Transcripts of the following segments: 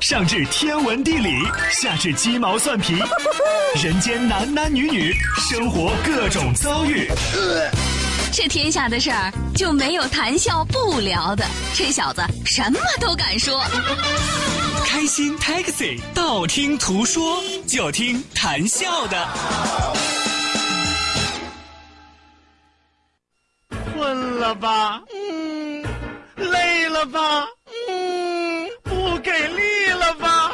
上至天文地理，下至鸡毛蒜皮，人间男男女女，生活各种遭遇。 这天下的事儿就没有谈笑不聊的，这小子什么都敢说。 开心 Taxi， 道听途说，就听谈笑的。 困了吧？累了吧？不给力了吧？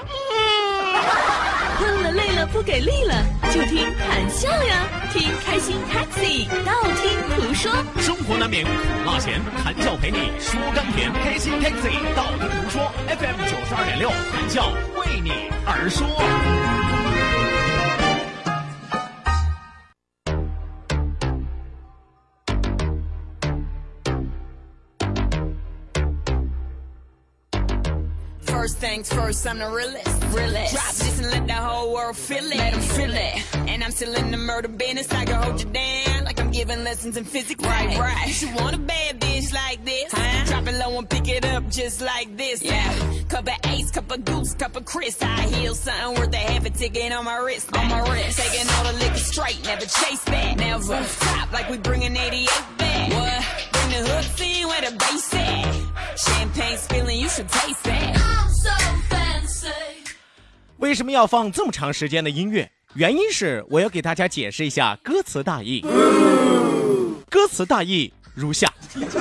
困了累了不给力了，就听谈笑呀，听开心 Taxi， 道听途说。 生活难免苦辣咸，谈笑陪你说甘甜。开心 Taxi， 道听途说 FM 92.6，谈笑为你而说。 First things first, I'm the realest. Drop this and let the whole world feel it. Let them feel it. And I'm still in the murder business. I can hold you down like I'm giving lessons in physics. Right. You should want a bad bitch like this. Drop it low and pick it up just like this. Yeah. Cup of Ace, cup of Goose, cup of Chris. I heal something worth a half a ticket on my wrist. Taking all the liquor straight, never chase back. Never stop like we bringing 88 back. What? Bring the hooks in where the bass at. Champagne spilling, you should taste that. 为什么要放这么长时间的音乐？原因是我要给大家解释一下歌词大意。歌词大意如下：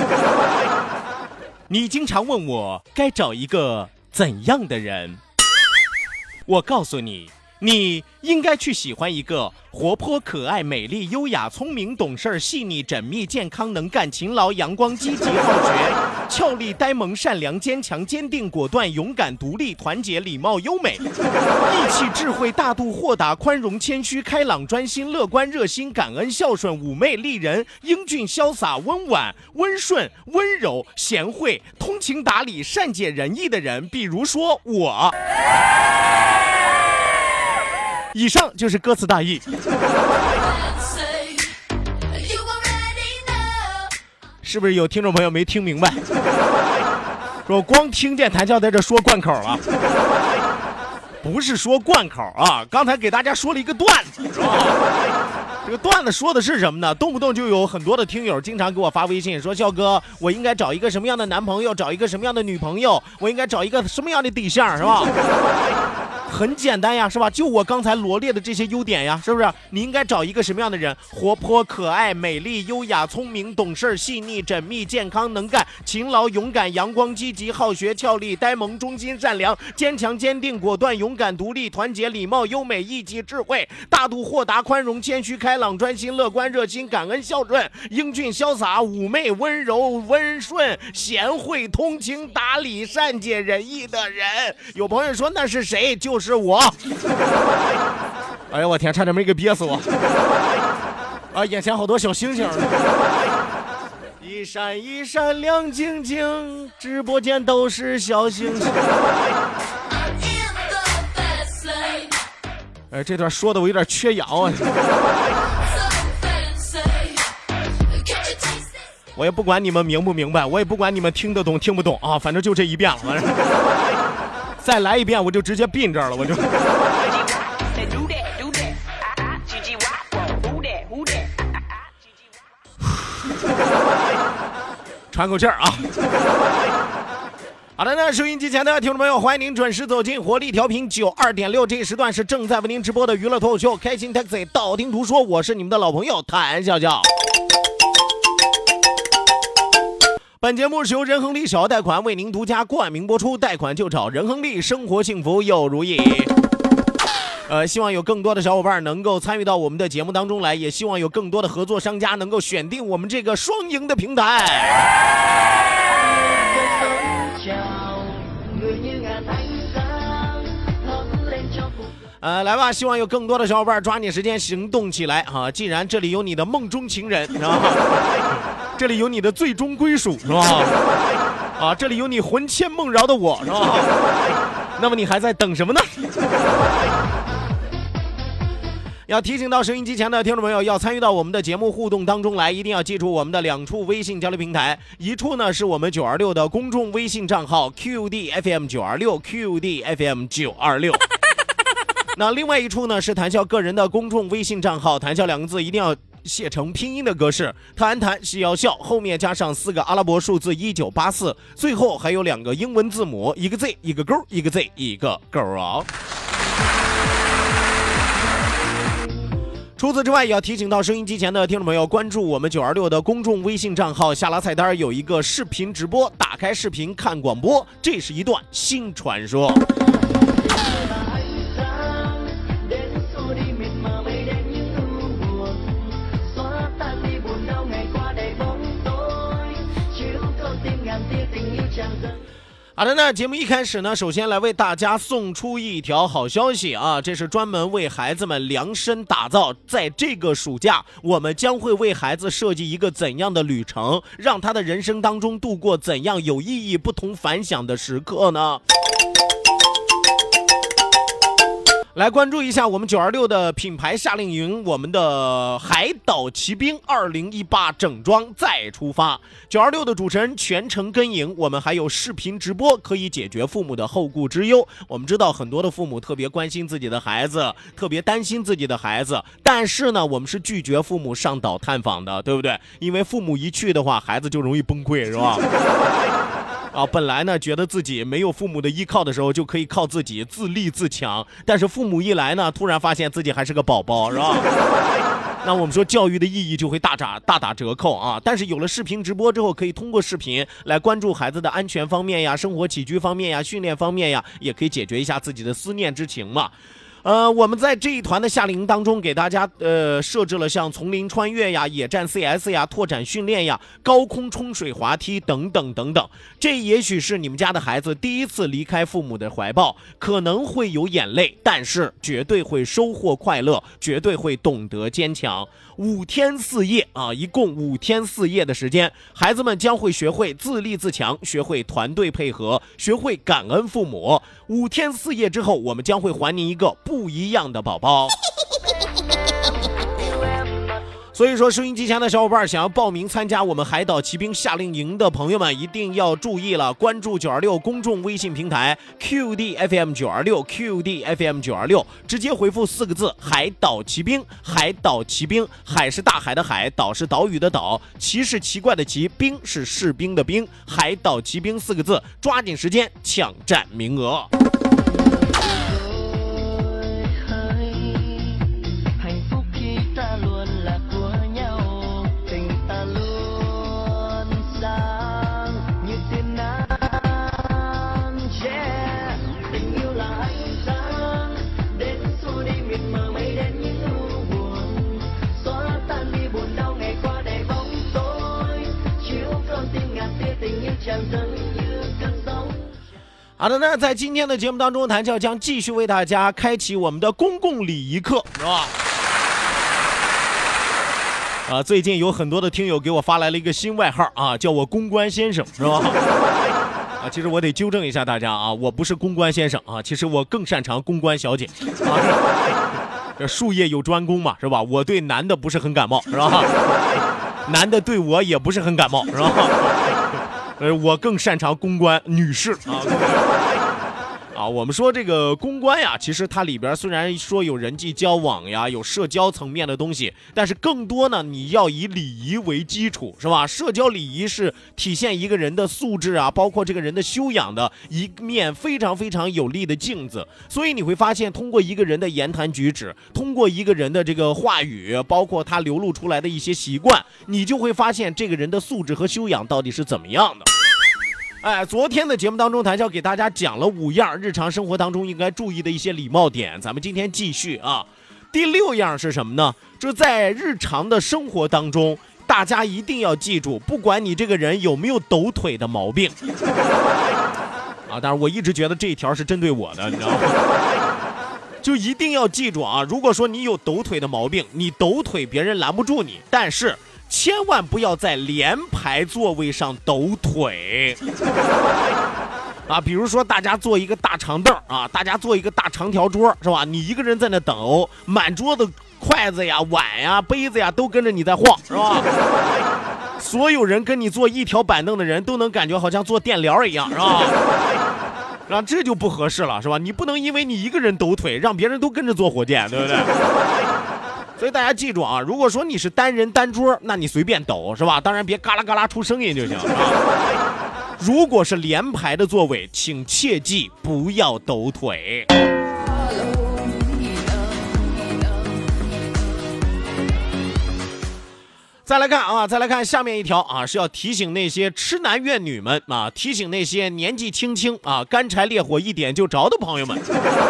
你经常问我该找一个怎样的人，我告诉你，你应该去喜欢一个活泼可爱美丽优雅聪明懂事细腻缜密健康能干勤劳阳光积极好学俏丽呆萌善良坚强坚定果断勇敢独立团结礼貌优美义气智慧大度豁达宽容谦虚开朗专心乐观热心感恩孝顺妩媚丽人英俊潇洒温婉温顺温柔贤惠通情达理善解人意的人，比如说我。以上就是歌词大意，是不是有听众朋友没听明白？说光听见谭笑在这说贯口了，不是说贯口啊！刚才给大家说了一个段子，是吧？这个段子说的是什么呢？动不动就有很多的听友经常给我发微信说，笑哥，我应该找一个什么样的男朋友，找一个什么样的女朋友，我应该找一个什么样的对象，是吧？很简单呀，是吧？就我刚才罗列的这些优点呀，是不是？你应该找一个什么样的人？活泼可爱美丽优雅聪明懂事细腻缜密健康能干勤劳勇敢阳光积极好学俏丽呆萌忠心善良坚强坚定果断勇敢独立团结礼貌优美义气智慧大度豁达宽容谦虚开朗专心乐观热心感恩孝顺英俊潇洒妩媚温柔温顺贤惠通情达理善解人意的人。有朋友说那是谁？就是我。哎呀我天，差点没给憋死我啊！眼前好多小星星一闪一闪亮晶晶，直播间都是小星星。哎，这段说的我有点缺氧啊。我也不管你们明不明白，我也不管你们听得懂听不懂啊，反正就这一遍了。再来一遍我就直接并这儿了，我就。喘口气儿啊！好的，那收音机前的听众朋友，欢迎您准时走进活力调频92.6，这一时段是正在为您直播的娱乐脱口秀《开心 Taxi》，道听途说，我是你们的老朋友谭笑笑。本节目是由仁恒利小额贷款为您独家冠名播出，贷款就找仁恒利，生活幸福又如意。希望有更多的小伙伴能够参与到我们的节目当中来，也希望有更多的合作商家能够选定我们这个双赢的平台。来吧，希望有更多的小伙伴抓紧时间行动起来啊！既然这里有你的梦中情人，是吧？这里有你的最终归属，是吧？啊，这里有你魂牵梦绕的我，是吧？那么你还在等什么呢？ 要提醒到收音机前的听众朋友，要参与到我们的节目互动当中来，一定要记住我们的2处微信交流平台，一处呢是我们926的公众微信账号 QDFM926 QDFM926， 那另外一处呢是谈笑个人的公众微信账号，谈笑2个字一定要写成拼音的格式，谈是要笑，后面加上4个阿拉伯数字1984，最后还有2个英文字母，一个 Z 一个勾，一个 Z 一个勾啊。除此之外，也要提醒到收音机前的听众朋友，关注我们926的公众微信账号，下拉菜单有一个视频直播，打开视频看广播，这是一段新传说。好的，那节目一开始呢，首先来为大家送出一条好消息啊，这是专门为孩子们量身打造，在这个暑假，我们将会为孩子设计一个怎样的旅程，让他的人生当中度过怎样有意义、不同凡响的时刻呢？来关注一下我们926的品牌夏令营，我们的海岛奇兵2018整装再出发。926的主持人全程跟营，我们还有视频直播，可以解决父母的后顾之忧。我们知道很多的父母特别关心自己的孩子，特别担心自己的孩子，但是呢，我们是拒绝父母上岛探访的，对不对？因为父母一去的话，孩子就容易崩溃，是吧？本来呢觉得自己没有父母的依靠的时候就可以靠自己自立自强，但是父母一来呢，突然发现自己还是个宝宝，是吧？那我们说教育的意义就会大打折扣啊！但是有了视频直播之后，可以通过视频来关注孩子的安全方面呀、生活起居方面呀、训练方面呀，也可以解决一下自己的思念之情嘛。我们在这一团的夏令营当中给大家设置了像丛林穿越呀、野战 CS 呀、拓展训练呀、高空冲水滑梯等等等等。这也许是你们家的孩子第一次离开父母的怀抱，可能会有眼泪，但是绝对会收获快乐，绝对会懂得坚强。5天4夜啊，一共5天4夜的时间，孩子们将会学会自立自强，学会团队配合，学会感恩父母。5天4夜之后，我们将会还您一个不一样的宝宝。所以说收音机前的小伙伴想要报名参加我们海岛奇兵夏令营的朋友们一定要注意了，关注926公众微信平台 QDFM926 QDFM926， 直接回复4个字海岛奇兵。海岛奇兵，海是大海的海，岛是岛屿的岛，奇是奇怪的奇，兵是士兵的兵，海岛奇兵4个字，抓紧时间抢占名额。好的，那在今天的节目当中，谭笑将继续为大家开启我们的公共礼仪课，是吧？最近有很多的听友给我发来了一个新外号啊，叫我公关先生，是吧？其实我得纠正一下大家啊，我不是公关先生啊，其实我更擅长公关小姐啊。这术业有专攻嘛，是吧？我对男的不是很感冒，是吧？男的对我也不是很感冒，是吧？我更擅长公关女士啊，我们说这个公关呀，其实它里边虽然说有人际交往呀，有社交层面的东西，但是更多呢，你要以礼仪为基础，是吧？社交礼仪是体现一个人的素质啊，包括这个人的修养的一面非常非常有力的镜子。所以你会发现，通过一个人的言谈举止，通过一个人的这个话语，包括他流露出来的一些习惯，你就会发现这个人的素质和修养到底是怎么样的。昨天的节目当中，谭笑给大家讲了5样日常生活当中应该注意的一些礼貌点，咱们今天继续啊。第6样是什么呢？这在日常的生活当中，大家一定要记住，不管你这个人有没有抖腿的毛病啊，当然我一直觉得这一条是针对我的，你知道吗？就一定要记住啊，如果说你有抖腿的毛病，你抖腿别人拦不住你，但是千万不要在连排座位上抖腿啊！比如说大家坐一个大长凳啊，大家坐一个大长条桌，是吧？你一个人在那抖，满桌子筷子呀、碗呀、杯子呀都跟着你在晃，是吧？所有人跟你坐一条板凳的人都能感觉好像坐电疗一样，是吧？然后这就不合适了，是吧？你不能因为你一个人抖腿，让别人都跟着坐火箭，对不对？所以大家记住啊，如果说你是单人单桌，那你随便抖，是吧？当然别嘎啦嘎啦出声音就行，是吧？如果是连排的座位，请切记不要抖腿。再来看下面一条啊，是要提醒那些痴男怨女们啊，提醒那些年纪轻轻啊，干柴烈火一点就着的朋友们，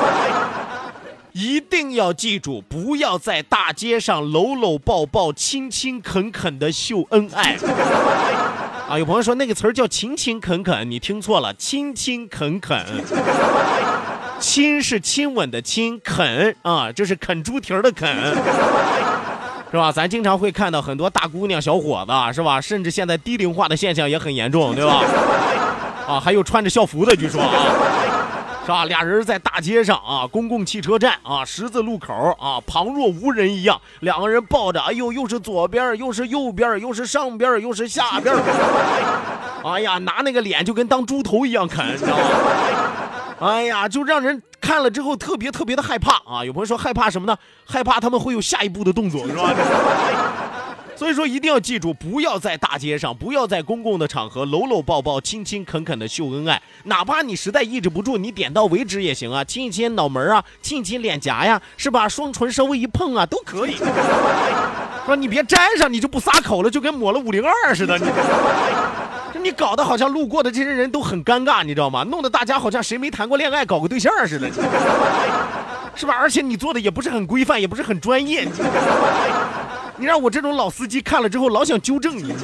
一定要记住，不要在大街上搂搂抱抱、亲亲恳恳的秀恩爱啊！有朋友说那个词儿叫勤勤恳恳，你听错了，亲亲恳恳。亲是亲吻的亲，啃啊，这是啃猪蹄儿的啃。是吧？咱经常会看到很多大姑娘小伙子，是吧？甚至现在低龄化的现象也很严重，对吧？啊，还有穿着校服的，据说啊，是吧？俩人在大街上啊，公共汽车站啊，十字路口啊，旁若无人一样，两个人抱着，哎呦，又是左边，又是右边，又是上边，又是下边，哎呀，拿那个脸就跟当猪头一样啃，你知道吗？哎呀，就让人看了之后特别的害怕啊！有朋友说害怕什么呢？害怕他们会有下一步的动作，是吧？所以说一定要记住，不要在大街上，不要在公共的场合搂搂抱抱、亲亲恳恳的秀恩爱。哪怕你实在抑制不住，你点到为止也行啊，亲一亲脑门啊，亲一亲脸颊呀，是吧？双唇稍微一碰啊，都可以。说你别沾上，你就不撒口了，就跟抹了502似的。你搞得好像路过的这些人都很尴尬，你知道吗？弄得大家好像谁没谈过恋爱搞个对象似的，是吧？而且你做的也不是很规范，也不是很专业，你让我这种老司机看了之后老想纠正你。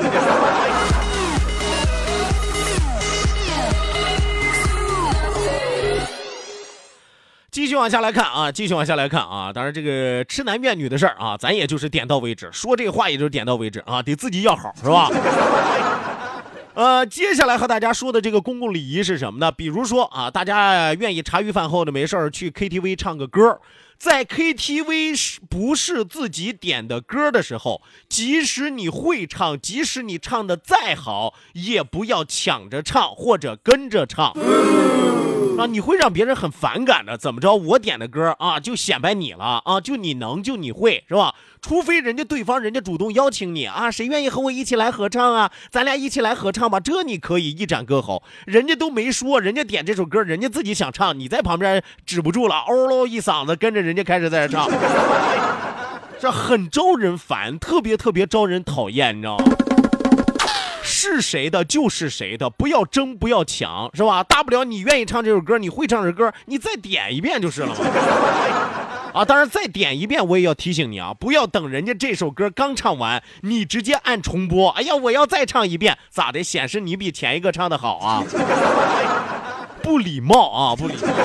继续往下来看啊，当然这个痴男怨女的事儿啊，咱也就是点到为止，说这话也就是点到为止啊，得自己要好，是吧？接下来和大家说的这个公共礼仪是什么呢？比如说啊，大家愿意茶余饭后的没事儿去 KTV 唱个歌，在 KTV 不是自己点的歌的时候，即使你会唱，即使你唱的再好，也不要抢着唱或者跟着唱。啊，你会让别人很反感的。怎么着？我点的歌啊，就显摆你了啊，就你能，就你会，是吧？除非人家主动邀请你啊，谁愿意和我一起来合唱啊？咱俩一起来合唱吧，这你可以一展歌喉。人家都没说，人家点这首歌，人家自己想唱，你在旁边止不住了，嗷喽一嗓子跟着人家开始在这唱，这很招人烦，特别招人讨厌，你知道吗？是谁的就是谁的，不要争，不要抢，是吧？大不了你愿意唱这首歌，你会唱这首歌，你再点一遍就是了嘛。啊，当然再点一遍我也要提醒你啊，不要等人家这首歌刚唱完，你直接按重播。哎呀，我要再唱一遍，咋的？显示你比前一个唱的好啊？不礼貌啊，不礼貌。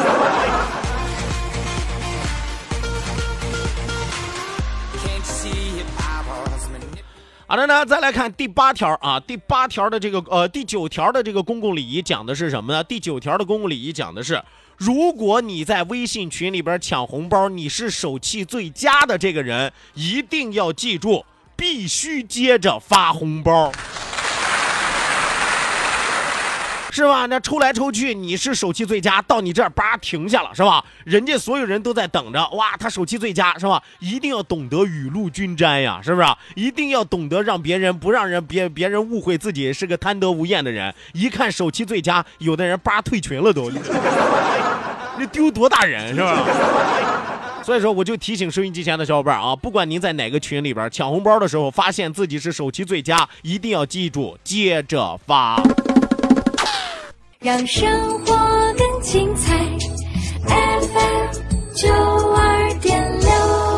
好的呢，再来看第8条啊，第9条的这个公共礼仪讲的是什么呢？第9条的公共礼仪讲的是，如果你在微信群里边抢红包，你是手气最佳的这个人，一定要记住，必须接着发红包。是吧？那抽来抽去，你是手气最佳，到你这儿叭停下了，是吧？人家所有人都在等着，哇，他手气最佳，是吧？一定要懂得雨露均沾呀，是不是？一定要懂得让别人不让别人误会自己是个贪得无厌的人。一看手气最佳，有的人叭退群了都，这丢多大人，是吧？所以说，我就提醒收音机前的小伙伴啊，不管您在哪个群里边抢红包的时候，发现自己是手气最佳，一定要记住接着发。 让生活更精彩 FM 92.6。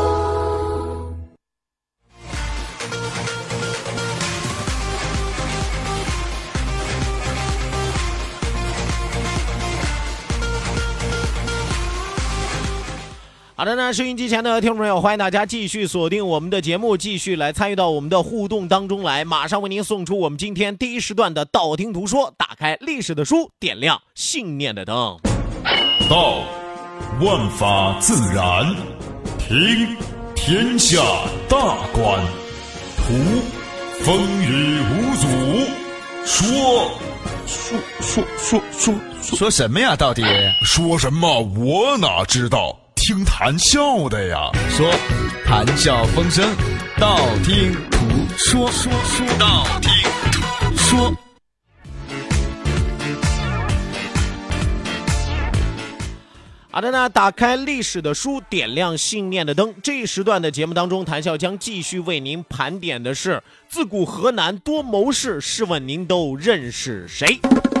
好的呢，收音机前的听众朋友，欢迎大家继续锁定我们的节目，继续来参与到我们的互动当中来。马上为您送出我们今天第1时段的道听途说，打开历史的书，点亮信念的灯。 道，万法自然；听， 天下大观，图风雨无阻， 说什么呀？到底说什么？我哪知道？听谈笑的呀。 说谈笑风生，道听途说，道听途说。 好的呢，打开历史的书，点亮信念的灯。这一时段的节目当中，谈笑将继续为您盘点的是自古河南多谋士，试问您都认识谁？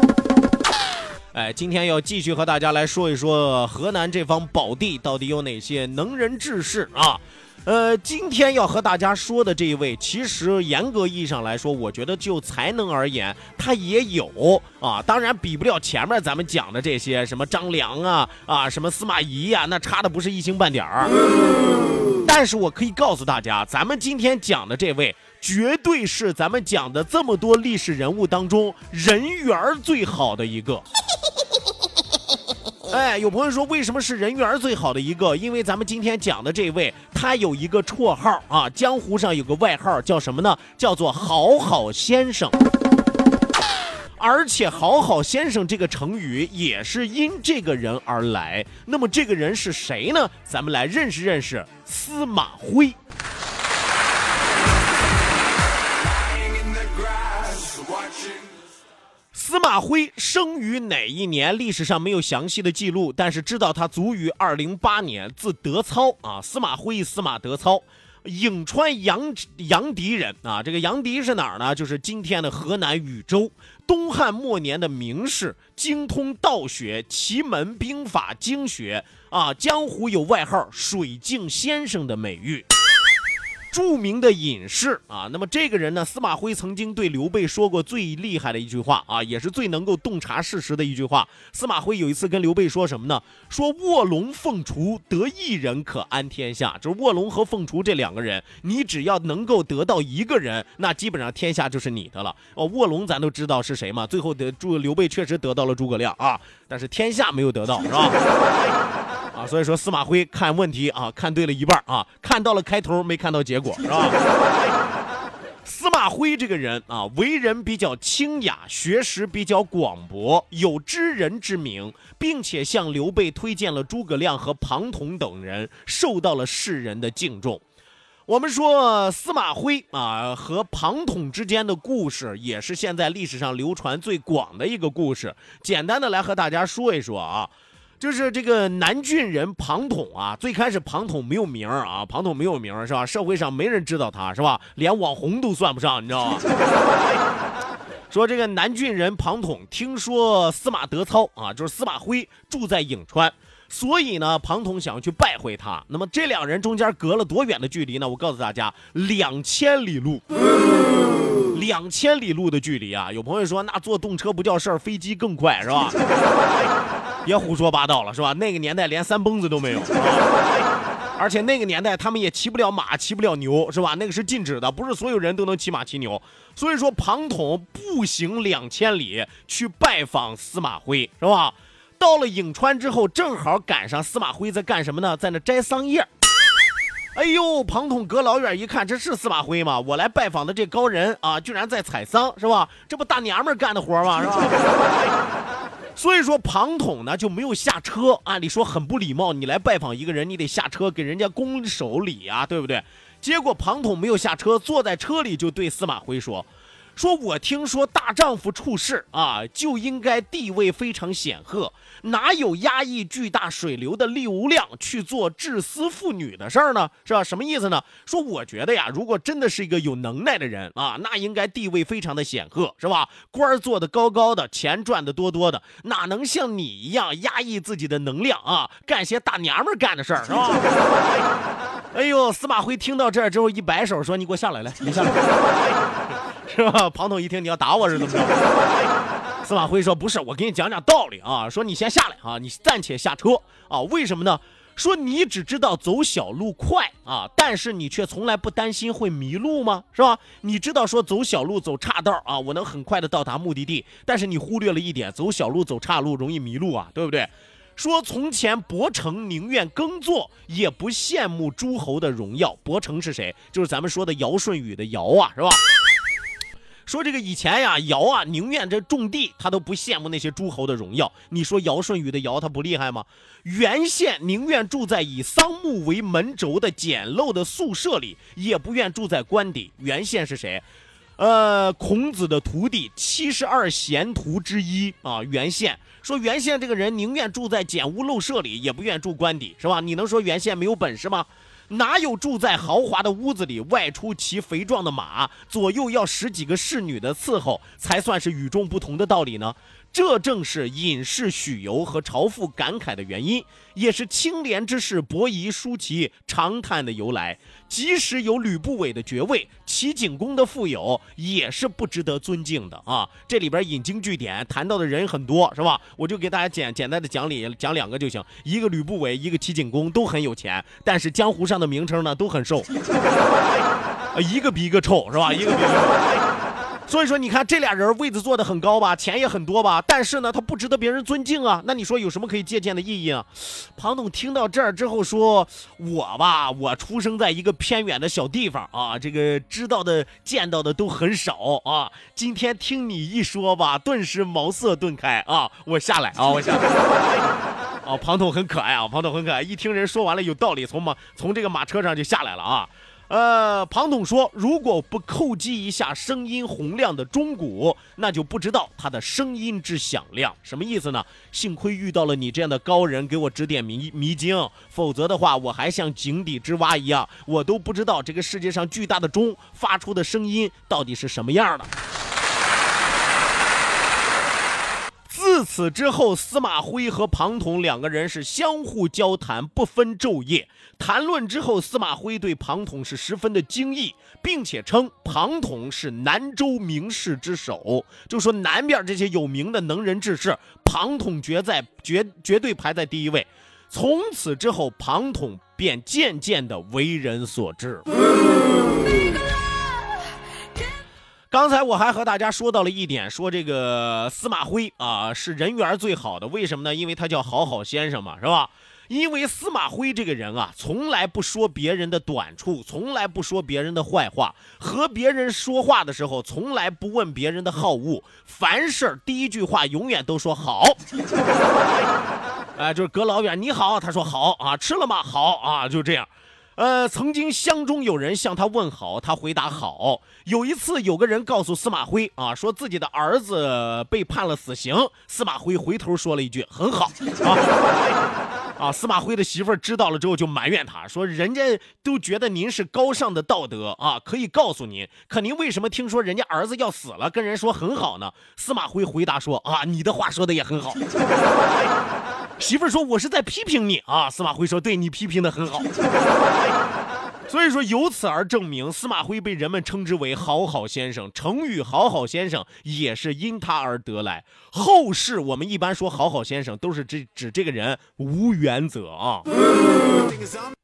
今天要继续和大家来说一说河南这方宝地到底有哪些能人志士啊？今天要和大家说的这一位，其实严格意义上来说，我觉得就才能而言，他也有啊，当然比不了前面咱们讲的这些什么张良啊什么司马懿啊，那差的不是一星半点儿。但是我可以告诉大家，咱们今天讲的这位，绝对是咱们讲的这么多历史人物当中人缘最好的一个。有朋友说为什么是人缘最好的一个？因为咱们今天讲的这位，他有一个绰号啊，江湖上有个外号叫什么呢？叫做好好先生。而且好好先生这个成语也是因这个人而来。那么这个人是谁呢？咱们来认识认识司马徽。司马徽生于哪一年？历史上没有详细的记录，但是知道他卒于208年，字德操啊。司马徽，司马德操，颍川阳翟人啊。这个阳翟是哪儿呢？就是今天的河南禹州。东汉末年的名士，精通道学、奇门兵法经学啊，江湖有外号水镜先生的美誉。著名的隐士啊，那么这个人呢，司马徽曾经对刘备说过最厉害的一句话啊，也是最能够洞察事实的一句话。司马徽有一次跟刘备说什么呢？说卧龙凤雏得一人可安天下，就是卧龙和凤雏这两个人，你只要能够得到一个人，那基本上天下就是你的了。卧龙咱都知道是谁嘛，最后刘备确实得到了诸葛亮啊，但是天下没有得到，是吧？所以说司马徽看问题啊，看对了一半啊，看到了开头没看到结果，是吧？司马徽这个人啊，为人比较清雅，学识比较广博，有知人之名，并且向刘备推荐了诸葛亮和庞统等人，受到了世人的敬重。我们说司马徽啊和庞统之间的故事，也是现在历史上流传最广的一个故事。简单的来和大家说一说啊。就是这个南郡人庞统啊，最开始庞统没有名啊，庞统没有名是吧？社会上没人知道他是吧？连网红都算不上，你知道吗？说这个南郡人庞统听说司马德操啊，就是司马徽住在颍川，所以呢，庞统想去拜会他。那么这两人中间隔了多远的距离呢？我告诉大家，2000里路。2000里路的距离啊！有朋友说，那坐动车不叫事儿，飞机更快是吧？别胡说八道了是吧？那个年代连三蹦子都没有，而且那个年代他们也骑不了马，骑不了牛是吧？那个是禁止的，不是所有人都能骑马骑牛。所以说庞统步行2000里去拜访司马徽是吧？到了颍川之后，正好赶上司马徽在干什么呢？在那摘桑叶。哎呦，庞统隔老远一看，这是司马徽吗？我来拜访的这高人啊，居然在采桑是吧？这不大娘们干的活吗？是吧？所以说庞统呢就没有下车，按理说很不礼貌，你来拜访一个人，你得下车给人家拱手礼啊，对不对？结果庞统没有下车，坐在车里就对司马徽说我听说大丈夫处事啊，就应该地位非常显赫，哪有压抑巨大水流的力无量去做至私妇女的事儿呢？是吧？什么意思呢？说我觉得呀，如果真的是一个有能耐的人啊，那应该地位非常的显赫，是吧？官做的高高的，钱赚的多多的，哪能像你一样压抑自己的能量啊，干些大娘们干的事儿，是吧？哎呦，司马徽听到这儿之后一摆手说：“你给我下来，你下来。”是吧？庞统一听你要打我是怎么着？司马徽说不是，我给你讲讲道理啊。说你先下来啊，你暂且下车啊。为什么呢？说你只知道走小路快啊，但是你却从来不担心会迷路吗？是吧？你知道说走小路走岔道啊，我能很快的到达目的地，但是你忽略了一点，走小路走岔路容易迷路啊，对不对？ 说从前伯承宁愿耕作，也不羡慕诸侯的荣耀。伯承是谁？就是咱们说的尧舜禹的尧啊，是吧？说这个以前呀，尧啊宁愿这种地，他都不羡慕那些诸侯的荣耀。你说尧舜禹的尧他不厉害吗？原宪宁愿住在以桑木为门轴的简陋的宿舍里，也不愿住在官邸。原宪是谁？孔子的徒弟72贤徒之一啊。原宪说，原宪这个人宁愿住在简屋陋舍里，也不愿住官邸，是吧？你能说原宪没有本事吗？哪有住在豪华的屋子里，外出骑肥壮的马，左右要10几个侍女的伺候，才算是与众不同的道理呢？这正是隐士许由和朝父感慨的原因，也是清廉之士伯夷叔齐长叹的由来。即使有吕不韦的爵位，齐景公的富有，也是不值得尊敬的啊！这里边引经据典，谈到的人很多，是吧？我就给大家简单的讲2个就行。一个吕不韦，一个齐景公，都很有钱，但是江湖上的名称呢都很瘦，一个比一个臭，是吧？一个比一个臭。所以说你看这俩人位子坐得很高吧，钱也很多吧，但是呢他不值得别人尊敬啊。那你说有什么可以借鉴的意义啊？庞董听到这儿之后说，我出生在一个偏远的小地方啊，这个知道的见到的都很少啊，今天听你一说吧，顿时茅塞顿开啊，我下来啊，庞董很可爱啊，庞董很可爱，一听人说完了有道理，从这个马车上就下来了啊。庞董说，如果不叩击一下声音洪亮的钟鼓，那就不知道他的声音之响亮。什么意思呢？幸亏遇到了你这样的高人给我指点迷津，否则的话我还像井底之蛙一样，我都不知道这个世界上巨大的钟发出的声音到底是什么样的。自此之后，司马徽和庞统2个人是相互交谈，不分昼夜。谈论之后，司马徽对庞统是十分的惊异，并且称庞统是南州名士之首，就说南边这些有名的能人志士，庞统绝对排在第一位。从此之后，庞统便渐渐的为人所知。刚才我还和大家说到了一点，说这个司马徽啊是人缘最好的，为什么呢？因为他叫好好先生嘛，是吧？因为司马徽这个人啊，从来不说别人的短处，从来不说别人的坏话，和别人说话的时候，从来不问别人的好恶，凡事第一句话永远都说好。就是隔老远你好，他说好啊，吃了吗？好啊，就这样。曾经乡中有人向他问好，他回答好。有一次有个人告诉司马徽啊，说自己的儿子被判了死刑，司马徽回头说了一句很好啊。司马徽的媳妇儿知道了之后就埋怨他说，人家都觉得您是高尚的道德啊，可以告诉您，可您为什么听说人家儿子要死了跟人说很好呢？司马徽回答说啊，你的话说的也很好。媳妇儿说我是在批评你啊，司马徽说对，你批评的很好。所以说由此而证明，司马徽被人们称之为好好先生，成语好好先生也是因他而得来。后世我们一般说好好先生都是指这个人无原则啊。